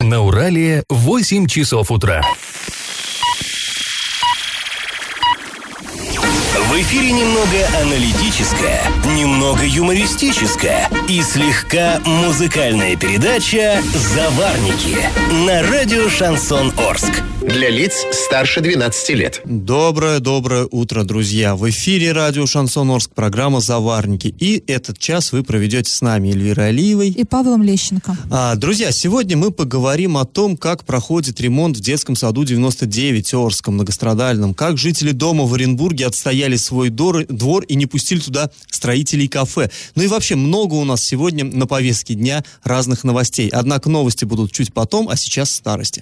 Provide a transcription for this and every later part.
На Урале 8 часов утра. В эфире немного аналитическая, немного юмористическая и слегка музыкальная передача «Заварники» на радио «Шансон Орск». Для лиц старше 12 лет. Доброе утро, друзья. В эфире радио «Шансон Орск», программа «Заварники». И этот час вы проведете с нами Эльвирой Алиевой и Павлом Лещенко. Друзья, сегодня мы поговорим о том, как проходит ремонт в детском саду 99 Орском, многострадальном, как жители дома в Оренбурге отстояли свой двор и не пустили туда строителей кафе. Ну и вообще много у нас сегодня на повестке дня разных новостей. Однако новости будут чуть потом, а сейчас старости.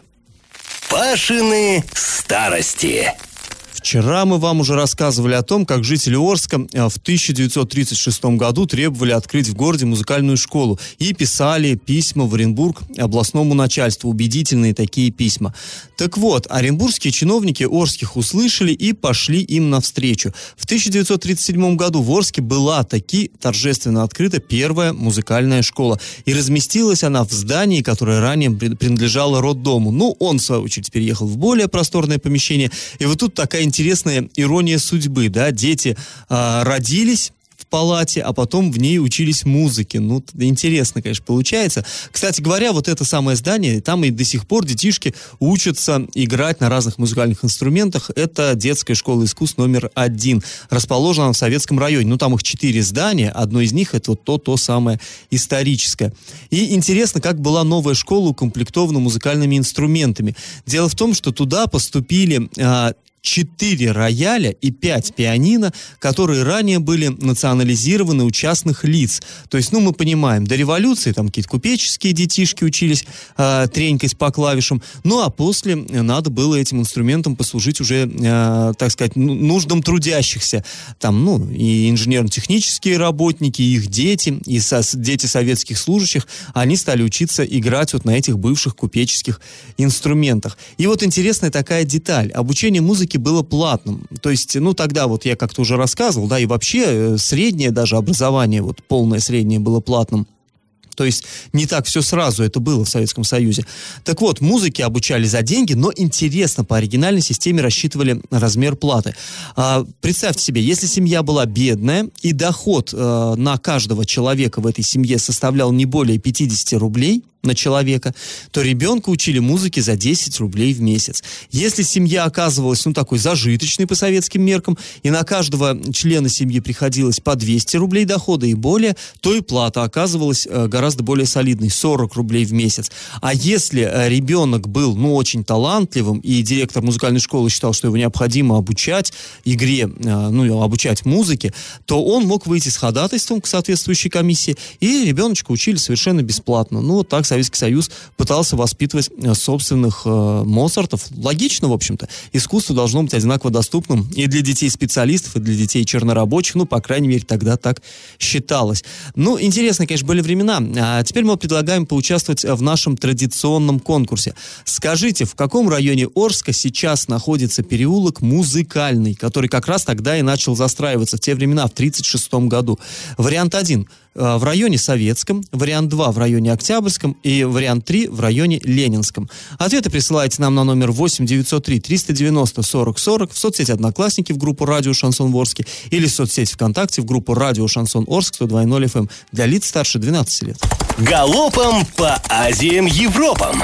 Пашины старости. Вчера мы вам уже рассказывали о том, как жители Орска в 1936 году требовали открыть в городе музыкальную школу и писали письма в Оренбург областному начальству, убедительные такие письма. Так вот, оренбургские чиновники Орских услышали и пошли им навстречу. В 1937 году в Орске была таки торжественно открыта первая музыкальная школа. И разместилась она в здании, которое ранее принадлежало роддому. Ну, он, в свою очередь, переехал в более просторное помещение. И вот тут такая интересная ирония судьбы, да, дети родились в палате, а потом в ней учились музыке. Ну, интересно, конечно, получается. Кстати говоря, вот это самое здание, там и до сих пор детишки учатся играть на разных музыкальных инструментах. Это детская школа искусств номер 1. Расположена она в Советском районе. Ну, там их 4 здания, одно из них это вот то самое историческое. И интересно, как была новая школа укомплектована музыкальными инструментами. Дело в том, что туда поступили 4 рояля и 5 пианино, которые ранее были национализированы у частных лиц. То есть, мы понимаем, до революции там какие-то купеческие детишки учились тренькать по клавишам, а после надо было этим инструментом послужить уже, так сказать, нуждам трудящихся. Там, и инженерно-технические работники, и их дети, и дети советских служащих, они стали учиться играть вот на этих бывших купеческих инструментах. И вот интересная такая деталь. Обучение музыке было платным. То есть, тогда вот я как-то уже рассказывал, да, и вообще среднее даже образование, вот полное среднее было платным. То есть не так все сразу это было в Советском Союзе. Так вот, музыке обучали за деньги, но интересно, по оригинальной системе рассчитывали размер платы. Представьте себе, если семья была бедная, и доход на каждого человека в этой семье составлял не более 50 рублей на человека, то ребенка учили музыке за 10 рублей в месяц. Если семья оказывалась, такой зажиточной по советским меркам, и на каждого члена семьи приходилось по 200 рублей дохода и более, то и плата оказывалась гораздо более солидной, 40 рублей в месяц. А если ребенок был, очень талантливым, и директор музыкальной школы считал, что его необходимо обучать игре, обучать музыке, то он мог выйти с ходатайством к соответствующей комиссии, и ребеночка учили совершенно бесплатно. Вот так Советский Союз пытался воспитывать собственных Моцартов. Логично, в общем-то. Искусство должно быть одинаково доступным и для детей-специалистов, и для детей чернорабочих. По крайней мере, тогда так считалось. Интересные, конечно, были времена. А теперь мы предлагаем поучаствовать в нашем традиционном конкурсе. Скажите, в каком районе Орска сейчас находится переулок Музыкальный, который как раз тогда и начал застраиваться в те времена, в 1936 году? Вариант 1 в районе Советском, вариант 2 в районе Октябрьском и вариант 3 в районе Ленинском. Ответы присылайте нам на номер 8 903 390 40 40 в соцсети «Одноклассники» в группу «Радио Шансон Орске» или в соцсети ВКонтакте в группу «Радио Шансон Орск» 102.0 FM для лиц старше 12 лет. Галопом по Азиям Европам!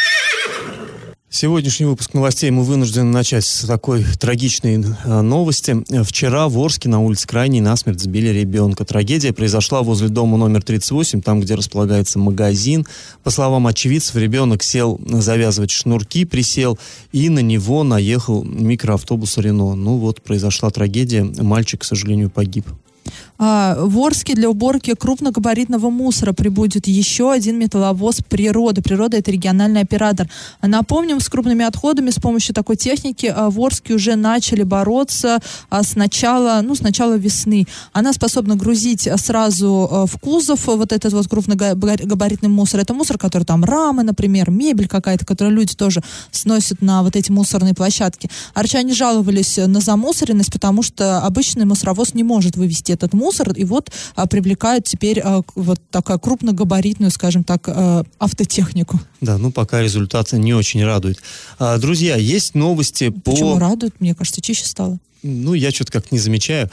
Сегодняшний выпуск новостей мы вынуждены начать с такой трагичной новости. Вчера в Орске на улице Крайней насмерть сбили ребенка. Трагедия произошла возле дома номер 38, там, где располагается магазин. По словам очевидцев, ребенок сел завязывать шнурки, присел, и на него наехал микроавтобус «Рено». Произошла трагедия. Мальчик, к сожалению, погиб. В Орске для уборки крупногабаритного мусора прибудет еще один металловоз «Природа». «Природа» — это региональный оператор. Напомним, с крупными отходами с помощью такой техники в Орске уже начали бороться с начала весны. Она способна грузить сразу в кузов вот этот вот крупногабаритный мусор. Это мусор, который там рамы, например, мебель какая-то, которую люди тоже сносят на вот эти мусорные площадки. Арчане жаловались на замусоренность, потому что обычный мусоровоз не может вывести этот мусор, и вот привлекают теперь вот такую крупногабаритную, скажем так, автотехнику. Да, ну пока результат не очень радует. Друзья, есть новости по... Почему радует? Мне кажется, чище стало. Ну, я что-то как-то не замечаю.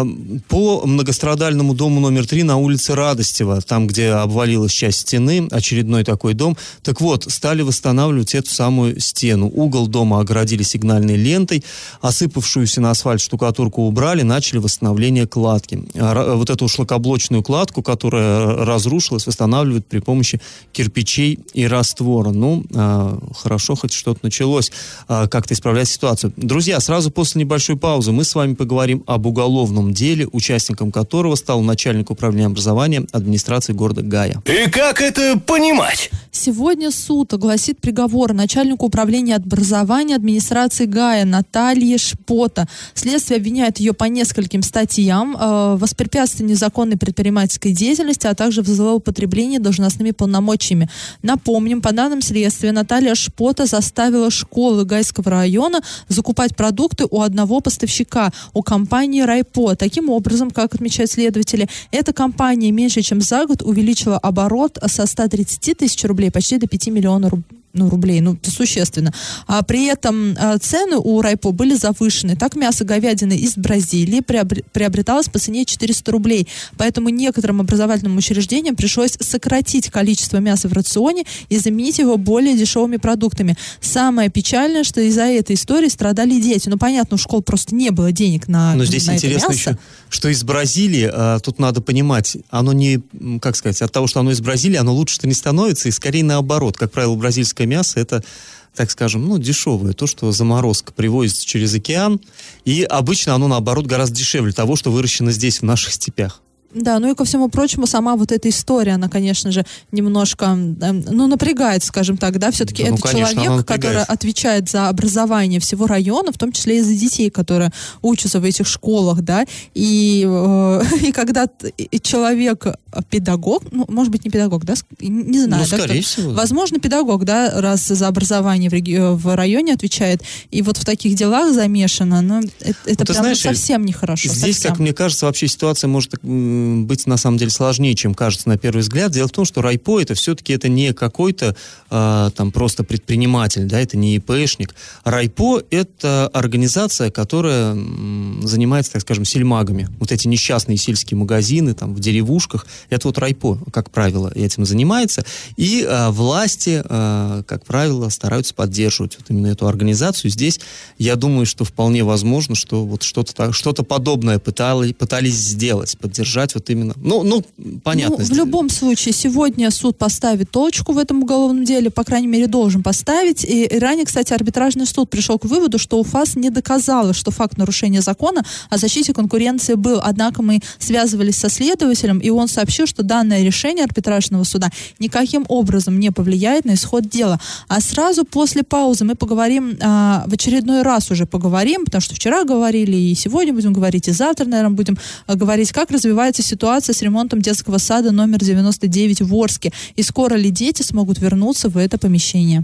По многострадальному дому номер 3 на улице Радостева, там, где обвалилась часть стены, очередной такой дом, так вот, стали восстанавливать эту самую стену. Угол дома огородили сигнальной лентой, осыпавшуюся на асфальт штукатурку убрали, начали восстановление кладки. Вот эту шлакоблочную кладку, которая разрушилась, восстанавливают при помощи кирпичей и раствора. Ну, хорошо, хоть что-то началось как-то исправлять ситуацию. Друзья, сразу после небольшой паузы мы с вами поговорим об уголовном деле, участником которого стал начальник управления образования администрации города Гая. И как это понимать? Сегодня суд огласит приговор начальнику управления образования администрации Гая Наталье Шпота. Следствие обвиняет ее по нескольким статьям: воспрепятствование незаконной предпринимательской деятельности, а также в злоупотреблении должностными полномочиями. Напомним, по данным следствия, Наталья Шпота заставила школы Гайского района закупать продукты у одного поставщика, у компании «Райпо». Таким образом, как отмечают следователи, эта компания меньше чем за год увеличила оборот со 130 тысяч рублей почти до 5 миллионов рублей, это существенно. А при этом цены у Райпо были завышены. Так, мясо говядины из Бразилии приобреталось по цене 400 рублей. Поэтому некоторым образовательным учреждениям пришлось сократить количество мяса в рационе и заменить его более дешевыми продуктами. Самое печальное, что из-за этой истории страдали дети. Понятно, у школ просто не было денег на Но здесь на интересно еще, что из Бразилии, тут надо понимать, оно не, как сказать, от того, что оно из Бразилии, оно лучше-то не становится, и скорее наоборот. Как правило, бразильское мясо — это, так скажем, дешевое, то, что заморозка привозится через океан, и обычно оно, наоборот, гораздо дешевле того, что выращено здесь, в наших степях. Да, и ко всему прочему, сама вот эта история, она, конечно же, немножко, напрягает, скажем так, да, все-таки это конечно, человек, который отвечает за образование всего района, в том числе и за детей, которые учатся в этих школах, да, и когда человек педагог, может быть, не педагог, да, не знаю, да, скорее всего. Возможно, педагог, да, раз за образование в районе отвечает, и вот в таких делах замешано, это прям знаешь, совсем нехорошо. Здесь, совсем. Как мне кажется, вообще ситуация может быть на самом деле сложнее, чем кажется на первый взгляд. Дело в том, что Райпо это все-таки это не какой-то там просто предприниматель, да, это не ИПшник. Райпо это организация, которая занимается, так скажем, сельмагами. Вот эти несчастные сельские магазины там в деревушках, это вот Райпо, как правило, этим занимается. И власти, как правило, стараются поддерживать вот именно эту организацию. Здесь, я думаю, что вполне возможно, что вот что-то подобное пытались сделать, поддержать вот именно, понятно. В любом случае, сегодня суд поставит точку в этом уголовном деле, по крайней мере, должен поставить. И ранее, кстати, арбитражный суд пришел к выводу, что УФАС не доказала, что факт нарушения закона о защите конкуренции был. Однако мы связывались со следователем, и он сообщил, что данное решение арбитражного суда никаким образом не повлияет на исход дела. А сразу после паузы мы поговорим, в очередной раз уже поговорим, потому что вчера говорили, и сегодня будем говорить, и завтра, наверное, будем говорить, как развивается ситуация с ремонтом детского сада номер 99 в Орске, и скоро ли дети смогут вернуться в это помещение.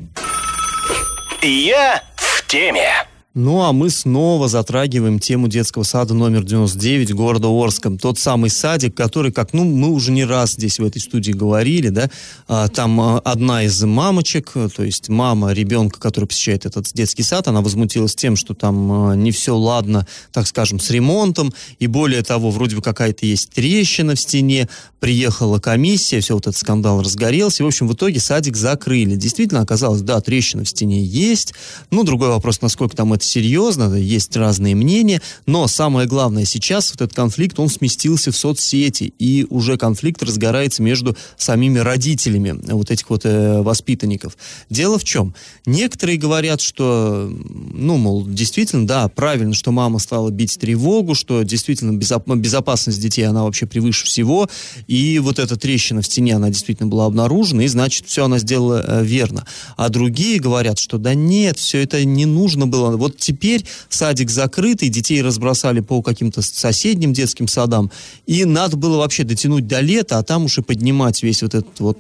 Я в теме. А мы снова затрагиваем тему детского сада номер 99 города Орска. Тот самый садик, который, мы уже не раз здесь в этой студии говорили, да, там одна из мамочек, то есть мама ребенка, который посещает этот детский сад, она возмутилась тем, что там не все ладно, так скажем, с ремонтом, и более того, вроде бы какая-то есть трещина в стене, приехала комиссия, все, вот этот скандал разгорелся, и, в общем, в итоге садик закрыли. Действительно оказалось, да, трещина в стене есть, другой вопрос, насколько там это серьезно, есть разные мнения, но самое главное сейчас, вот этот конфликт, он сместился в соцсети, и уже конфликт разгорается между самими родителями вот этих вот воспитанников. Дело в чем? Некоторые говорят, что, действительно, да, правильно, что мама стала бить тревогу, что действительно безопасность детей, она вообще превыше всего, и вот эта трещина в стене, она действительно была обнаружена, и значит, все она сделала верно. А другие говорят, что да нет, все это не нужно было. Вот вот теперь садик закрытый, детей разбросали по каким-то соседним детским садам, и надо было вообще дотянуть до лета, а там уж и поднимать весь вот этот вот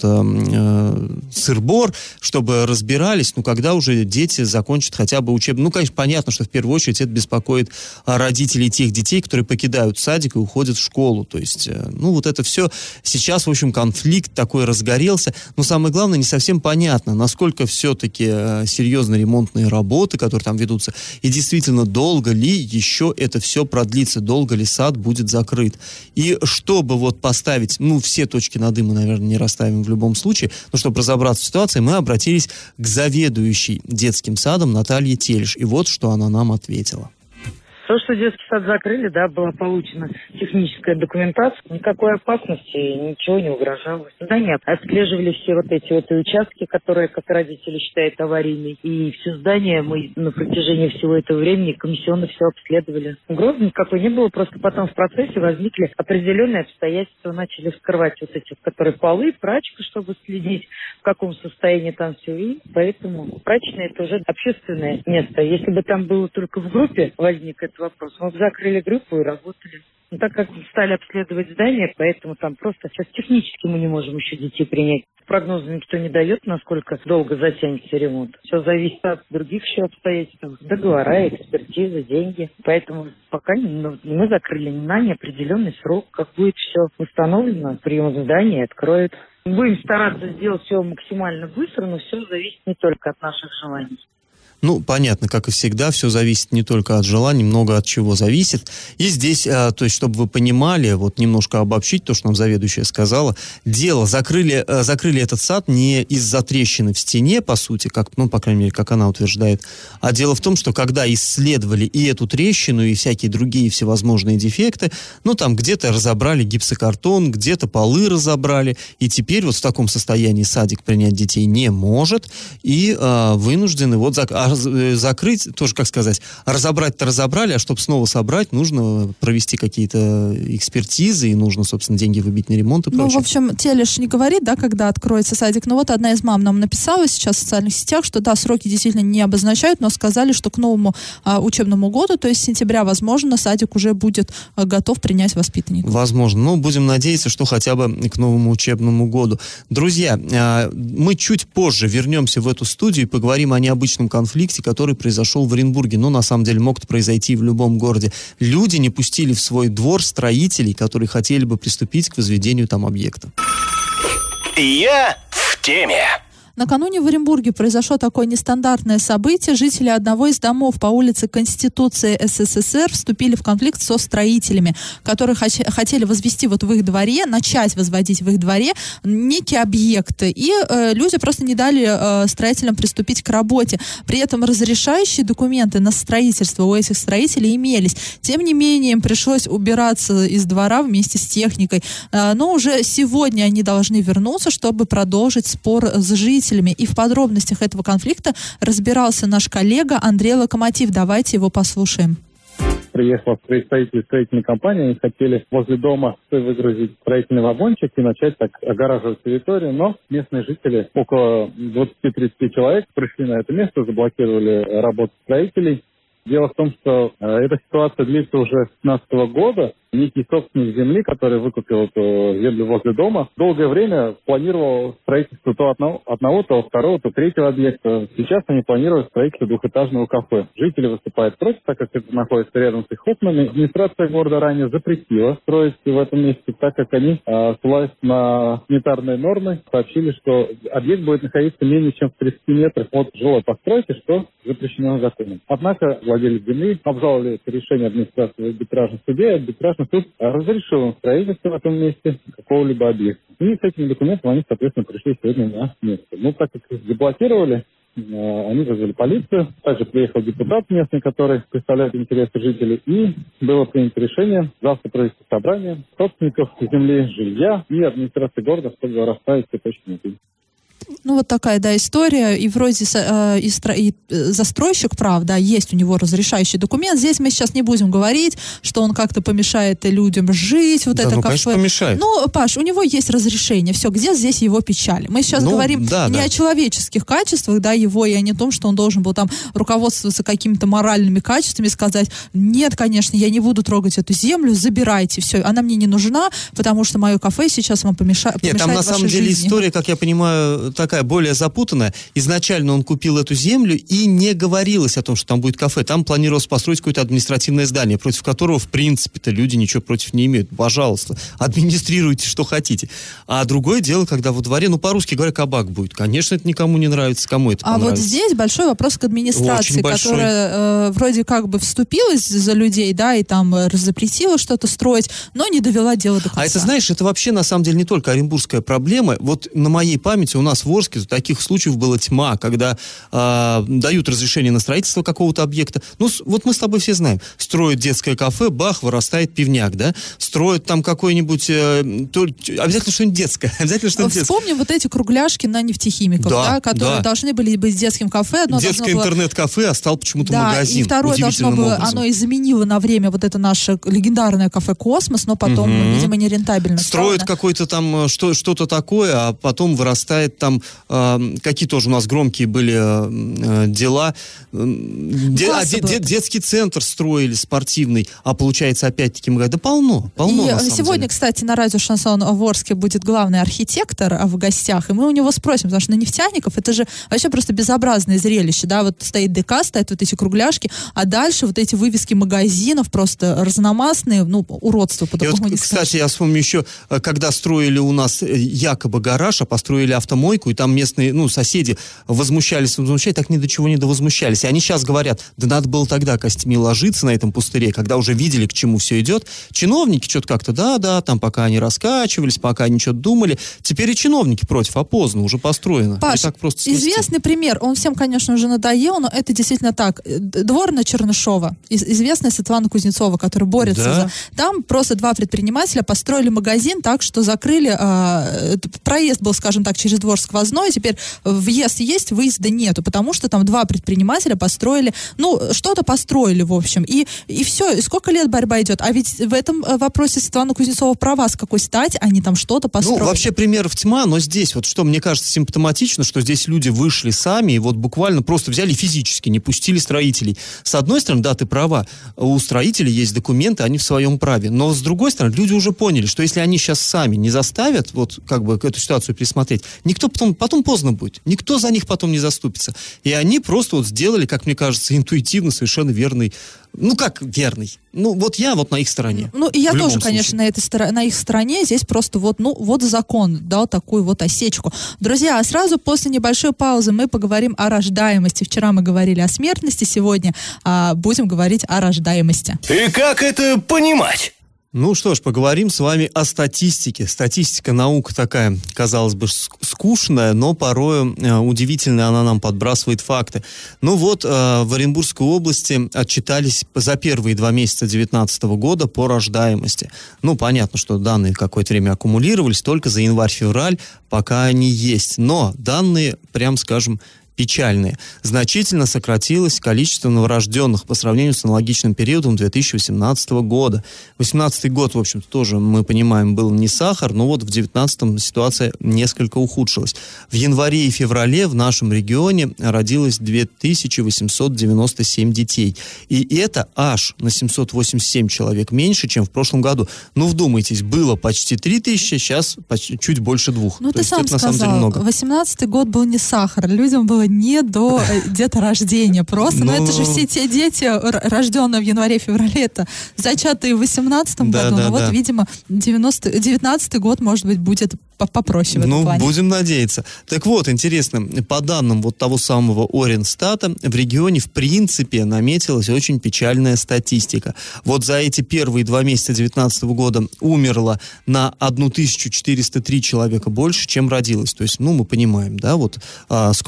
сыр-бор, чтобы разбирались, когда уже дети закончат хотя бы учебный. Ну, конечно, понятно, что в первую очередь это беспокоит родителей тех детей, которые покидают садик и уходят в школу. То есть, вот это все. Сейчас, в общем, конфликт такой разгорелся. Но самое главное, не совсем понятно, насколько все-таки серьезны ремонтные работы, которые там ведутся, и действительно, долго ли еще это все продлится, долго ли сад будет закрыт. И чтобы вот поставить, все точки над «и» мы, наверное, не расставим в любом случае, но чтобы разобраться в ситуации, мы обратились к заведующей детским садом Наталье Телеш. И вот что она нам ответила. То, что детский сад закрыли, была получена техническая документация, никакой опасности, ничего не угрожало. Здание отслеживали все вот эти участки, которые, как родители считают, аварийные. И все здание мы на протяжении всего этого времени комиссионно все обследовали. Угрозы никакой не было, просто потом в процессе возникли определенные обстоятельства, начали вскрывать вот эти, которые полы, прачка, чтобы следить, в каком состоянии там все. И поэтому прачечная — это уже общественное место. Если бы там было только в группе возник этот вопрос, мы бы закрыли группу и работали. Но так как стали обследовать здание, поэтому там просто сейчас технически мы не можем еще детей принять. Прогнозы никто не дает, насколько долго затянется ремонт. Все зависит от других еще обстоятельств. Договора, экспертизы, деньги. Поэтому пока мы закрыли на неопределенный срок. Как будет все установлено, прием здания откроют. Будем стараться сделать все максимально быстро, но все зависит не только от наших желаний. Понятно, как и всегда, все зависит не только от желаний, много от чего зависит. И здесь, то есть, чтобы вы понимали, вот немножко обобщить то, что нам заведующая сказала, закрыли этот сад не из-за трещины в стене, по сути, как, по крайней мере, как она утверждает, а дело в том, что когда исследовали и эту трещину, и всякие другие всевозможные дефекты, там где-то разобрали гипсокартон, где-то полы разобрали, и теперь вот в таком состоянии садик принять детей не может, и вынуждены закрыть, тоже, как сказать, разобрать-то разобрали, а чтобы снова собрать, нужно провести какие-то экспертизы, и нужно, собственно, деньги выбить на ремонт и прочее. В общем, Телеш не говорит, когда откроется садик, но вот одна из мам нам написала сейчас в социальных сетях, что сроки действительно не обозначают, но сказали, что к новому учебному году, то есть с сентября, возможно, садик уже будет готов принять воспитанников. Возможно, будем надеяться, что хотя бы к новому учебному году. Друзья, мы чуть позже вернемся в эту студию и поговорим о необычном конфликте, который произошел в Оренбурге. На самом деле, мог произойти в любом городе. Люди не пустили в свой двор строителей, которые хотели бы приступить к возведению там объекта. Я в теме. Накануне в Оренбурге произошло такое нестандартное событие. Жители одного из домов по улице Конституции СССР вступили в конфликт со строителями, которые хотели возвести в их дворе, начать возводить в их дворе некие объекты. И люди просто не дали строителям приступить к работе. При этом разрешающие документы на строительство у этих строителей имелись. Тем не менее, им пришлось убираться из двора вместе с техникой. Но уже сегодня они должны вернуться, чтобы продолжить спор с жителями. И в подробностях этого конфликта разбирался наш коллега Андрей Локомотив. Давайте его послушаем. Приехал представитель строительной компании, они хотели возле дома выгрузить строительный вагончик и начать так огораживать территорию, но местные жители, около 20-30 человек, пришли на это место, заблокировали работу строителей. Дело в том, что эта ситуация длится уже с 2015 года. Некий собственник земли, который выкупил эту землю возле дома, долгое время планировал строительство то одного, то второго, то третьего объекта. Сейчас они планируют строительство двухэтажного кафе. Жители выступают против, так как это находится рядом с их окнами. Администрация города ранее запретила строить в этом месте, так как они, ссылаясь на санитарные нормы, сообщили, что объект будет находиться менее чем в 30 метрах от жилой постройки, что запрещено законом. Однако владелец земли обжаловали это решение администрации в арбитражном суде, арбитражный суд разрешил им строительство в этом месте какого-либо объекта. И с этими документами они, соответственно, пришли сегодня на место. Так как их заблокировали, они вызвали полицию. Также приехал депутат местный, который представляет интересы жителей. И было принято решение завтра провести собрание собственников земли, жилья и администрации города, чтобы расставить все точки над «и». Ну, вот такая, да, история. И вроде и застройщик прав, да, есть у него разрешающий документ. Здесь мы сейчас не будем говорить, что он как-то помешает людям жить, вот Да, это ну, кафе. конечно, помешает. Ну, Паш, у него есть разрешение. Все, где здесь его печаль? Мы сейчас говорим не о человеческих качествах, да, его, и не о том, что он должен был там руководствоваться какими-то моральными качествами, сказать, нет, конечно, я не буду трогать эту землю, забирайте, все, она мне не нужна, потому что мое кафе сейчас вам помешает. Нет, там на самом деле история, как я понимаю, такая более запутанная. Изначально он купил эту землю, и не говорилось о том, что там будет кафе. Там планировалось построить какое-то административное здание, против которого, в принципе-то, люди ничего против не имеют. Пожалуйста, администрируйте, что хотите. А другое дело, когда во дворе, ну, по-русски говоря, кабак будет. Конечно, это никому не нравится, кому это понравится. А вот здесь большой вопрос к администрации, которая вроде как бы вступилась за людей, да, и там запретила что-то строить, но не довела дело до конца. А это, знаешь, это вообще, на самом деле, не только оренбургская проблема. Вот на моей памяти у нас в Орске таких случаев была тьма, когда дают разрешение на строительство какого-то объекта. Ну, вот мы с тобой все знаем. Строят детское кафе, бах, вырастает пивняк, да? Строят там какой-нибудь... обязательно что-нибудь детское. Обязательно что-нибудь детское. Вспомним вот эти кругляшки на нефтехимиков, да, которые должны были быть детским кафе. Детское интернет-кафе, а стал почему-то магазин. И второе должно было, оно и заменило на время вот это наше легендарное кафе «Космос», но потом, видимо, нерентабельно строят какое-то там что-то такое, а потом вырастает там какие тоже у нас громкие были дела. Детский центр строили спортивный, а получается опять-таки мы говорим, да полно на самом сегодня, деле. кстати, на радио «Шансон» в Орске будет главный архитектор в гостях, и мы у него спросим, потому что на нефтяников это же вообще просто безобразное зрелище, да, вот стоит ДК, стоят вот эти кругляшки, а дальше вот эти вывески магазинов просто разномастные, ну, уродство по-другому не скажешь. Кстати, я вспомню еще, когда строили у нас якобы гараж, а построили автомойку, и там местные, ну, соседи возмущались, так ни до чего не довозмущались. И они сейчас говорят, да надо было тогда костями ложиться на этом пустыре, когда уже видели, к чему все идет. Чиновники что-то как-то, да, там пока они раскачивались, пока они что-то думали. Теперь и чиновники против, а поздно, уже построено. Паш, так просто снести. Известный пример, он всем, конечно, уже надоел, но это действительно так. Двор на Чернышова, известная Светлана Кузнецова, которая борется за... Там просто два предпринимателя построили магазин так, что закрыли... проезд был, скажем так, через двор сквозной, теперь въезд есть, выезда нету, потому что там два предпринимателя построили, ну, что-то построили, в общем, и все, и сколько лет борьба идет, а ведь в этом вопросе Светлана Кузнецова права, с какой стати они там что-то построили. Ну, вообще примеров тьма, но здесь вот что мне кажется симптоматично, что здесь люди вышли сами и вот буквально просто взяли физически, не пустили строителей. С одной стороны, да, ты права, у строителей есть документы, они в своем праве, но с другой стороны, люди уже поняли, что если они сейчас сами не заставят вот как бы эту ситуацию присмотреть, никто потом поздно будет, никто за них потом не заступится. И они просто вот сделали, как мне кажется, интуитивно совершенно верный. Ну, как верный? Ну, вот я вот на их стороне. Ну, и я тоже, конечно, на их стороне. Здесь просто вот закон дал такую вот осечку. Друзья, а сразу после небольшой паузы мы поговорим о рождаемости. Вчера мы говорили о смертности, сегодня будем говорить о рождаемости. И как это понимать? Ну что ж, поговорим с вами о статистике. Статистика, наука такая, казалось бы, скучная, но порой удивительно она нам подбрасывает факты. Ну вот, в Оренбургской области отчитались за первые 2 месяца 2019 года по рождаемости. Ну, понятно, что данные какое-то время аккумулировались, только за январь-февраль пока они есть. Но данные, прям скажем, печальные. Значительно сократилось количество новорожденных по сравнению с аналогичным периодом 2018 года. 2018 год, в общем-то, тоже, мы понимаем, был не сахар, но вот в 2019 ситуация несколько ухудшилась. В январе и феврале в нашем регионе родилось 2897 детей. И это аж на 787 человек меньше, чем в прошлом году. Ну, вдумайтесь, было почти 3000, сейчас чуть больше 2. Ну, то ты сам это, сказал, 18-й год был не сахар, людям было не до деторождения просто. Но это же все те дети, рожденные в январе-феврале, это зачатые в 18-м году. Но вот, видимо, 19-й год, может быть, будет попроще в этом плане. Ну, будем надеяться. Так вот, интересно, по данным вот того самого Оренстата, в регионе, в принципе, наметилась очень печальная статистика. Вот за эти первые 2 месяца 2019 года умерло на 1403 человека больше, чем родилось. То есть, ну, мы понимаем, да, вот сколько человек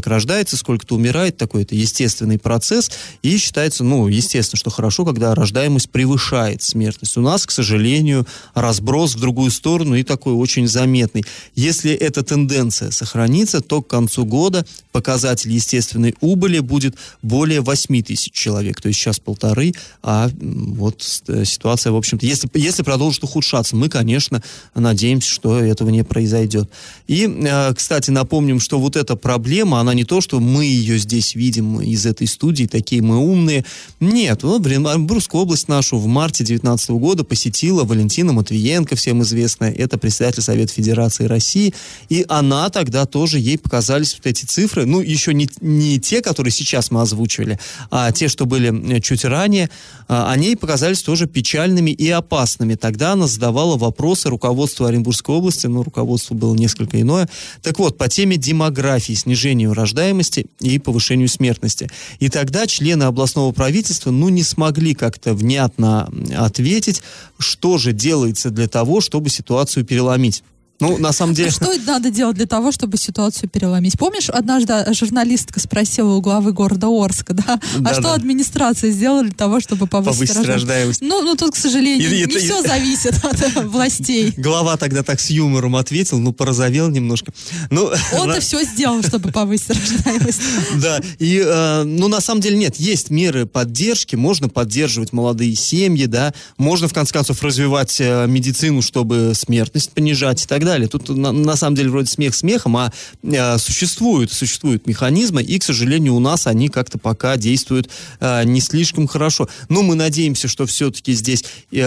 человек рождается, сколько-то умирает, такой это естественный процесс, и считается, естественно, что хорошо, когда рождаемость превышает смертность. У нас, к сожалению, разброс в другую сторону и такой очень заметный. Если эта тенденция сохранится, то к концу года показатель естественной убыли будет более 8 тысяч человек, то есть сейчас 1,5, а вот ситуация, в общем-то, если продолжит ухудшаться, мы, конечно, надеемся, что этого не произойдет. И, кстати, напомним, что вот эта проблема, она не то, что мы ее здесь видим из этой студии, такие мы умные. Нет, Оренбургскую область нашу в марте 2019 года посетила Валентина Матвиенко, всем известная, это председатель Совета Федерации России, и она тогда тоже, ей показались вот эти цифры, еще не те, которые сейчас мы озвучивали, а те, что были чуть ранее, они показались тоже печальными и опасными. Тогда она задавала вопросы руководству Оренбургской области, руководство было несколько иное. Так вот, по теме демографии, снижению рождаемости и повышению смертности. И тогда члены областного правительства, не смогли как-то внятно ответить, что же делается для того, чтобы ситуацию переломить. На самом деле... Что надо делать для того, чтобы ситуацию переломить? Помнишь, однажды журналистка спросила у главы города Орска, да? Что администрация сделала для того, чтобы повысить рождаемость? Тут, к сожалению, не все зависит от властей. Глава тогда так с юмором ответил, порозовел немножко. Он-то все сделал, чтобы повысить рождаемость. Да, и, на самом деле нет, есть меры поддержки, можно поддерживать молодые семьи, да, можно, в конце концов, развивать медицину, чтобы смертность понижать и так далее. Тут на самом деле вроде смех смехом, а существуют механизмы, и, к сожалению, у нас они как-то пока действуют не слишком хорошо. Но мы надеемся, что все-таки здесь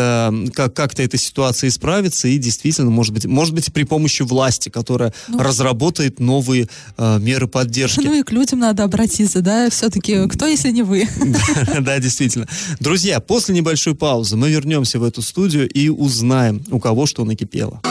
как-то эта ситуация исправится, и действительно, может быть, при помощи власти, которая разработает новые меры поддержки. И к людям надо обратиться, да, все-таки, кто, если не вы? Да, действительно. Друзья, после небольшой паузы мы вернемся в эту студию и узнаем, у кого что накипело.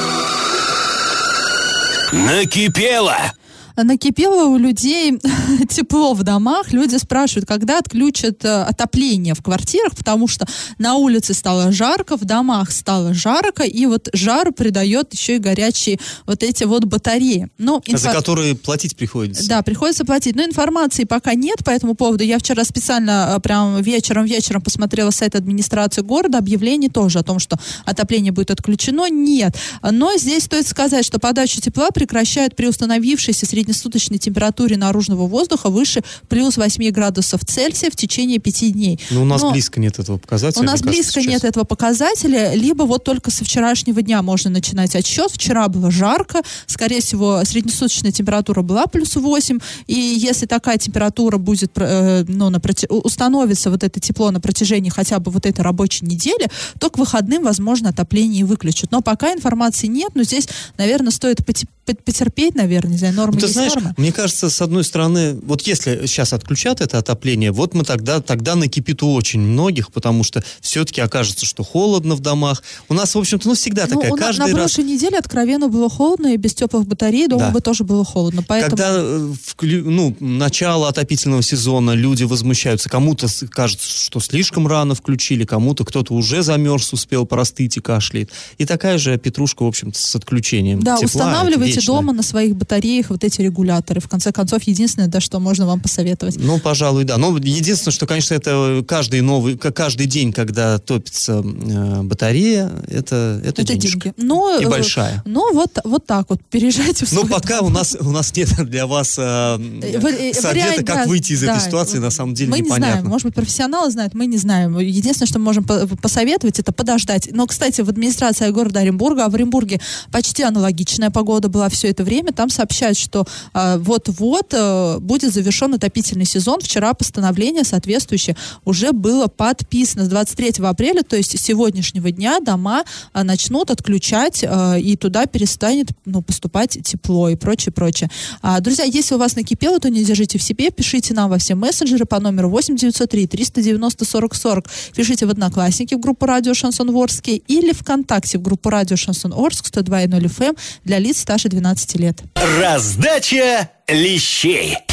Накипело! Накипело у людей тепло в домах. Люди спрашивают, когда отключат отопление в квартирах, потому что на улице стало жарко, в домах стало жарко, и вот жару придает еще и горячие вот эти вот батареи. За которые платить приходится. Да, приходится платить. Но информации пока нет по этому поводу. Я вчера специально прям вечером посмотрела сайт администрации города, объявление тоже о том, что отопление будет отключено. Нет. Но здесь стоит сказать, что подачу тепла прекращают при установившейся среднесуточной температуре наружного воздуха выше плюс 8 градусов Цельсия в течение 5 дней. Но у нас близко нет этого показателя. У нас близко нет этого показателя, либо вот только со вчерашнего дня можно начинать отсчет. Вчера было жарко, скорее всего, среднесуточная температура была плюс 8, и если такая температура будет, установится вот это тепло на протяжении хотя бы вот этой рабочей недели, то к выходным, возможно, отопление и выключат. Но пока информации нет, но здесь, наверное, стоит потерпеть, наверное, не знаю, нормы есть знаешь, нормы. мне кажется, с одной стороны, вот если сейчас отключат это отопление, вот мы тогда накипит у очень многих, потому что все-таки окажется, что холодно в домах. У нас, в общем-то, всегда такая каждый раз... На прошлой неделе откровенно было холодно, и без теплых батарей дома бы тоже было холодно. Поэтому... Когда начало отопительного сезона, люди возмущаются. Кому-то кажется, что слишком рано включили, кто-то уже замерз, успел простыть и кашляет. И такая же петрушка, в общем-то, с отключением тепла. Да, устанавливайте дома на своих батареях вот эти регуляторы. В конце концов, единственное, что можно вам посоветовать. Пожалуй, да. Но единственное, что, конечно, это каждый день, когда топится батарея, это денежка. И большая. Вот так вот, переезжайте в свой дом. Пока у нас нет для вас совета, как выйти из этой ситуации, на самом деле мы непонятно. Не знаем, может быть, профессионалы знают, мы не знаем. Единственное, что мы можем посоветовать, это подождать. Но, кстати, в администрации города Оренбурга, а в Оренбурге почти аналогичная погода была все это время, там сообщают, что вот-вот будет завершен отопительный сезон. Вчера постановление соответствующее уже было подписано. С 23 апреля, то есть с сегодняшнего дня, дома начнут отключать, и туда перестанет поступать тепло и прочее. Друзья, если у вас накипело, то не держите в себе, пишите нам во все мессенджеры по номеру 8-903-390-40-40. Пишите в Одноклассники в группу Радио Шансон Орске или ВКонтакте в группу Радио Шансон Орск 102.0 FM для лиц старше 12 лет. Раздача лещей.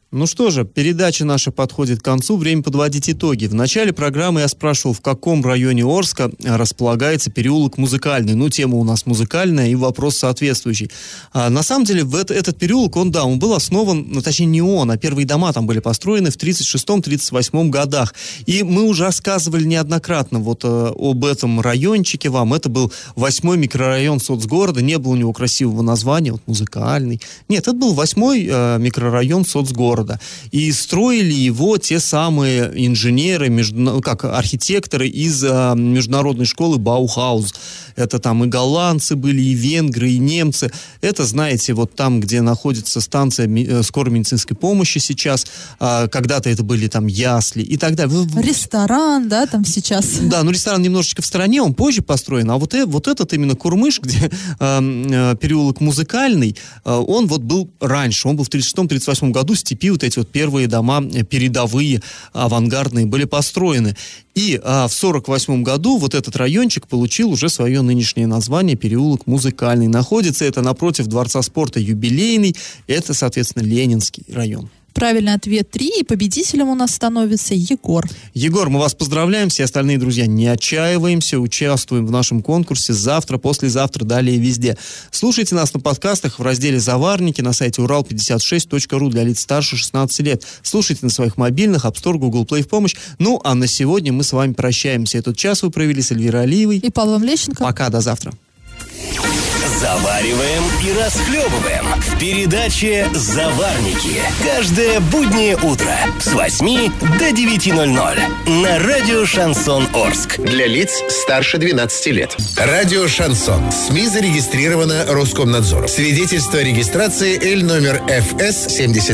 Ну что же, передача наша подходит к концу, время подводить итоги. В начале программы я спрашивал, в каком районе Орска располагается переулок Музыкальный. Ну, тема у нас музыкальная и вопрос соответствующий. На самом деле, этот переулок, он был основан, ну, точнее, не он, а первые дома там были построены в 36-38 годах. И мы уже рассказывали неоднократно вот об этом райончике вам. Это был 8-й микрорайон соцгорода, не было у него красивого названия, вот Музыкальный. Нет, это был 8-й микрорайон соцгорода. И строили его те самые инженеры, как архитекторы из международной школы Баухауз. Это там и голландцы были, и венгры, и немцы. Это, знаете, вот там, где находится станция скорой медицинской помощи сейчас, когда-то это были там ясли и так далее. Ресторан, да, там сейчас. Да, ну ресторан немножечко в стороне, он позже построен, а вот этот именно Курмыш, где переулок Музыкальный, он вот был раньше, он был в 36-38 году, степи вот эти вот первые дома передовые, авангардные были построены. И в 48 году вот этот райончик получил уже свое нынешнее название переулок Музыкальный. Находится это напротив Дворца спорта Юбилейный. Это, соответственно, Ленинский район. Правильный ответ 3, и победителем у нас становится Егор. Егор, мы вас поздравляем, все остальные друзья, не отчаиваемся, участвуем в нашем конкурсе завтра, послезавтра, далее везде. Слушайте нас на подкастах в разделе «Заварники» на сайте урал56.ру для лиц старше 16 лет. Слушайте на своих мобильных, App Store, Google Play в помощь. Ну, а на сегодня мы с вами прощаемся. Этот час вы провели с Эльвирой Алиевой и Павлом Лещенко. Пока, до завтра. Завариваем и расхлебываем в передаче «Заварники». Каждое буднее утро с 8 до 9:00 на радио «Шансон Орск». Для лиц старше 12 лет. Радио «Шансон». СМИ зарегистрировано Роскомнадзором. Свидетельство о регистрации Л номер ФС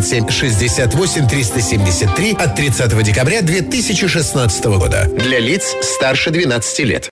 7768 373 от 30 декабря 2016 года. Для лиц старше 12 лет.